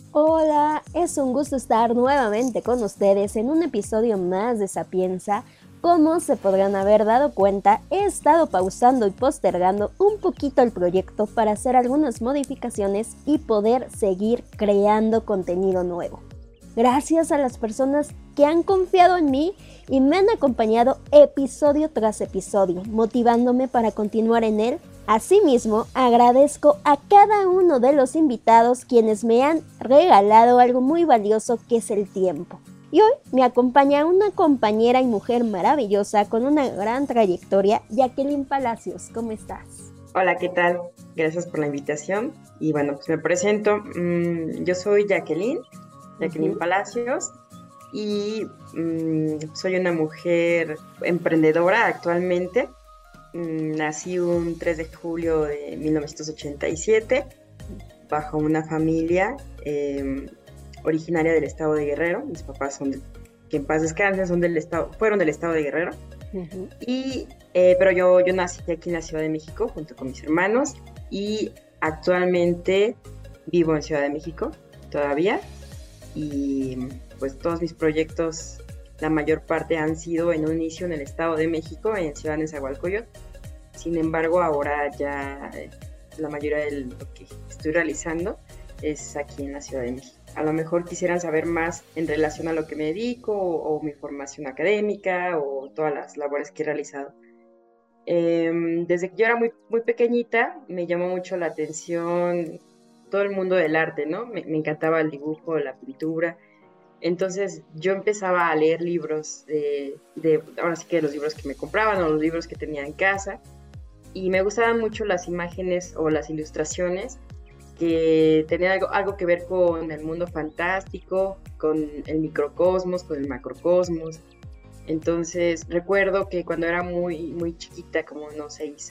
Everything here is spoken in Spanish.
Hola, es un gusto estar nuevamente con ustedes en un episodio más de Sapienza. Como se podrán haber dado cuenta, he estado pausando y postergando un poquito el proyecto para hacer algunas modificaciones y poder seguir creando contenido nuevo. Gracias a las personas que han confiado en mí y me han acompañado episodio tras episodio, motivándome para continuar en él. Asimismo, agradezco a cada uno de los invitados quienes me han regalado algo muy valioso que es el tiempo. Y hoy me acompaña una compañera y mujer maravillosa con una gran trayectoria, Jacqueline Palacios. ¿Cómo estás? Hola, ¿qué tal? Gracias por la invitación. Y bueno, pues me presento. Yo soy Jacqueline Ujú. Palacios, y soy una mujer emprendedora actualmente. Nací un 3 de julio de 1987 bajo una familia originaria del estado de Guerrero. Mis papás que en paz descansen, fueron del estado de Guerrero. Ujú. Pero yo nací aquí en la Ciudad de México junto con mis hermanos y actualmente vivo en Ciudad de México todavía, y pues todos mis proyectos, la mayor parte han sido en un inicio en el Estado de México, en Ciudad de Nezahualcóyotl. Sin embargo, ahora ya la mayoría de lo que estoy realizando es aquí en la Ciudad de México. A lo mejor quisieran saber más en relación a lo que me dedico o mi formación académica o todas las labores que he realizado. Desde que yo era muy pequeñita me llamó mucho la atención todo el mundo del arte, ¿no? Me encantaba el dibujo, la pintura. Entonces yo empezaba a leer libros ahora sí que los libros que me compraban o los libros que tenía en casa, y me gustaban mucho las imágenes o las ilustraciones que tenían algo que ver con el mundo fantástico, con el microcosmos, con el macrocosmos. Entonces recuerdo que cuando era muy chiquita, como no sé,